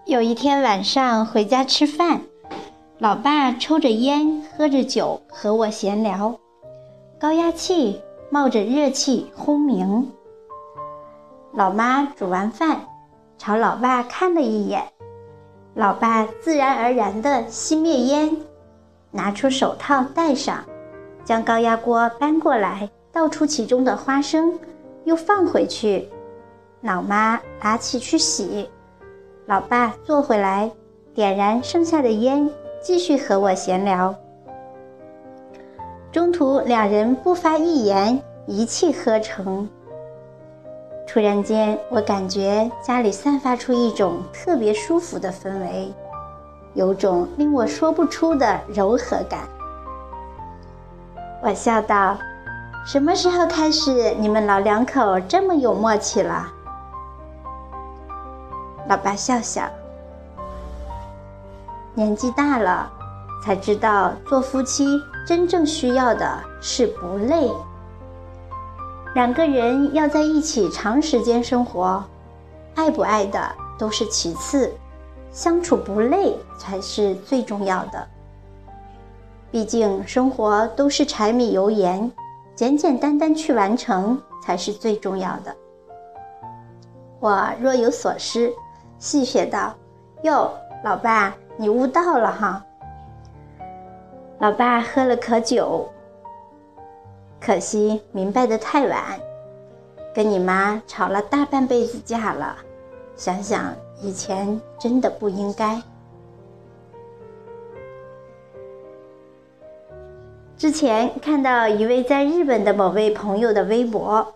有一天晚上回家吃饭，老爸抽着烟喝着酒和我闲聊，高压气冒着热气轰鸣。老妈煮完饭朝老爸看了一眼，老爸自然而然地熄灭烟，拿出手套戴上，将高压锅搬过来，倒出其中的花生又放回去。老妈拿起去洗，老爸坐回来点燃剩下的烟，继续和我闲聊。中途两人不发一言，一气呵成。突然间，我感觉家里散发出一种特别舒服的氛围，有种令我说不出的柔和感。我笑道：什么时候开始你们老两口这么有默契了？老爸笑笑，年纪大了才知道做夫妻真正需要的是不累。两个人要在一起长时间生活，爱不爱的都是其次，相处不累才是最重要的。毕竟生活都是柴米油盐，简简单单去完成才是最重要的。我若有所思，戏谑道：哟，老爸，你悟到了哈。老爸喝了口酒，可惜明白得太晚，跟你妈吵了大半辈子架了，想想以前真的不应该。之前看到一位在日本的某位朋友的微博，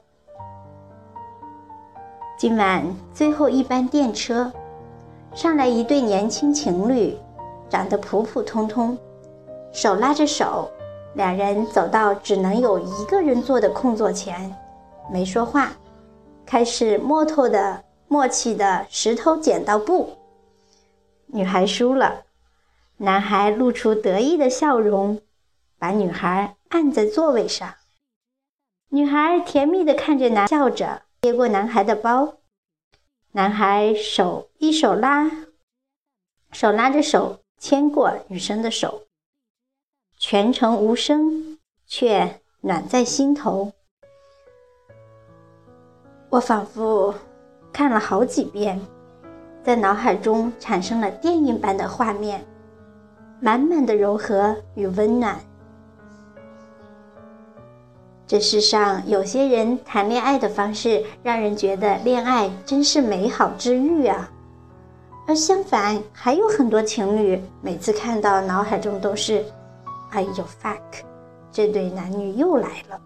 今晚最后一班电车，上来一对年轻情侣，长得普普通通，手拉着手，两人走到只能有一个人坐的空座前，没说话，开始默契的石头剪刀布。女孩输了，男孩露出得意的笑容，把女孩按在座位上。女孩甜蜜地看着笑着接过男孩的包，男孩手拉着手牵过女生的手，全程无声，却暖在心头。我仿佛看了好几遍，在脑海中产生了电影般的画面，满满的柔和与温暖。这世上有些人谈恋爱的方式让人觉得恋爱真是美好治愈啊，而相反还有很多情侣每次看到脑海中都是哎呦 fuck， 这对男女又来了。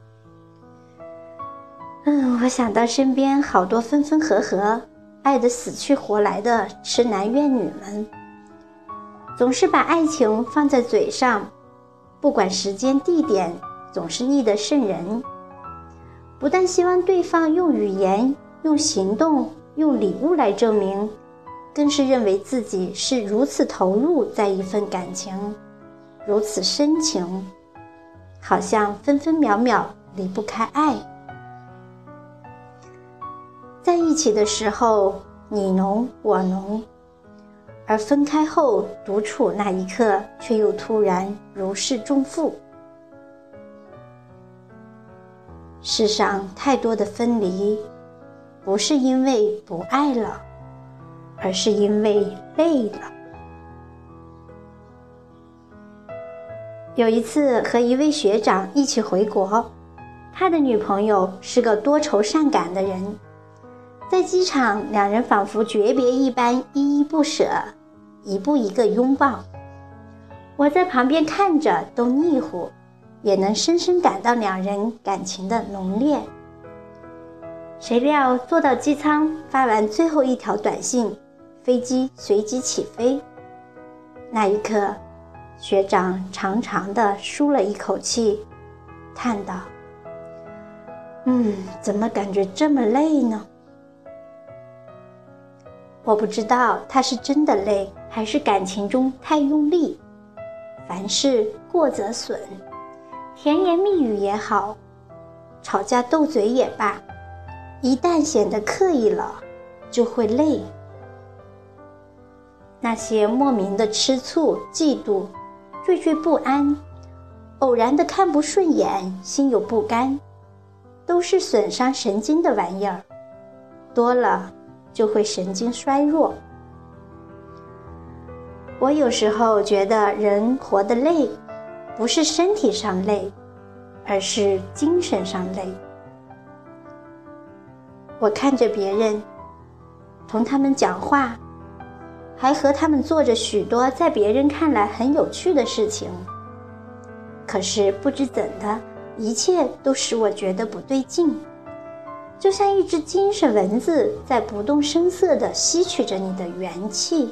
我想到身边好多分分合合爱得死去活来的痴男怨女们，总是把爱情放在嘴上，不管时间地点，总是腻得瘆人。不但希望对方用语言、用行动、用礼物来证明，更是认为自己是如此投入在一份感情，如此深情，好像分分秒秒离不开爱。在一起的时候你浓我浓，而分开后独处那一刻却又突然如释重负。世上太多的分离，不是因为不爱了，而是因为累了。有一次和一位学长一起回国，他的女朋友是个多愁善感的人，在机场两人仿佛诀别一般依依不舍，一步一个拥抱。我在旁边看着都腻乎，也能深深感到两人感情的浓烈。谁料坐到机舱，发完最后一条短信，飞机随即起飞。那一刻，学长长长地舒了一口气，叹道：怎么感觉这么累呢？我不知道他是真的累，还是感情中太用力。凡事过则损，甜言蜜语也好，吵架斗嘴也罢，一旦显得刻意了，就会累。 那些莫名的吃醋、嫉妒、惴惴不安，偶然的看不顺眼，心有不甘，都是损伤神经的玩意儿，多了就会神经衰弱。我有时候觉得人活得累，不是身体上累，而是精神上累。我看着别人，同他们讲话，还和他们做着许多在别人看来很有趣的事情，可是不知怎的，一切都使我觉得不对劲，就像一只精神蚊子在不动声色地吸取着你的元气。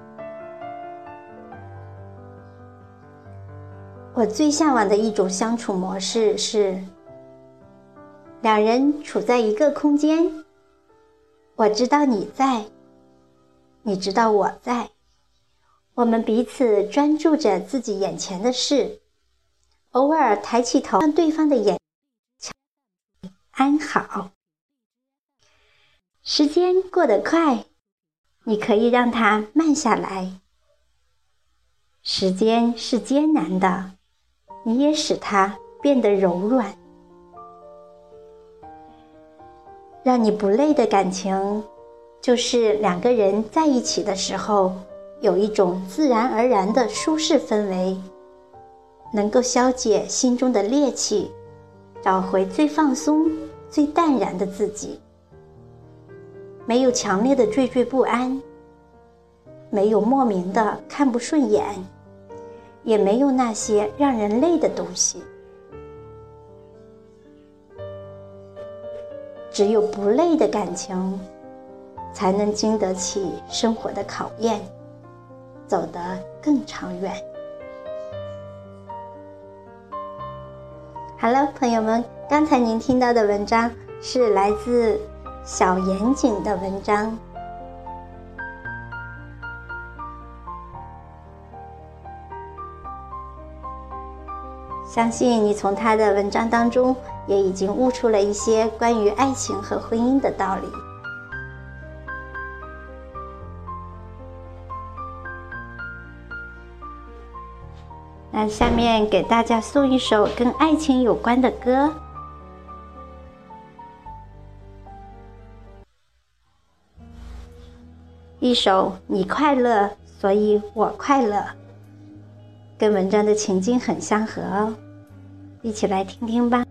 我最向往的一种相处模式是，两人处在一个空间，我知道你在，你知道我在，我们彼此专注着自己眼前的事，偶尔抬起头向对方的眼安好。时间过得快，你可以让它慢下来。时间是艰难的，你也使它变得柔软。让你不累的感情，就是两个人在一起的时候，有一种自然而然的舒适氛围，能够消解心中的戾气，找回最放松、最淡然的自己。没有强烈的惴惴不安，没有莫名的看不顺眼，也没有那些让人累的东西。只有不累的感情，才能经得起生活的考验，走得更长远。好了，朋友们，刚才您听到的文章是来自小严谨的文章。相信你从他的文章当中也已经悟出了一些关于爱情和婚姻的道理。那下面给大家送一首跟爱情有关的歌。一首你快乐，所以我快乐，跟文章的情境很相合哦，一起来听听吧。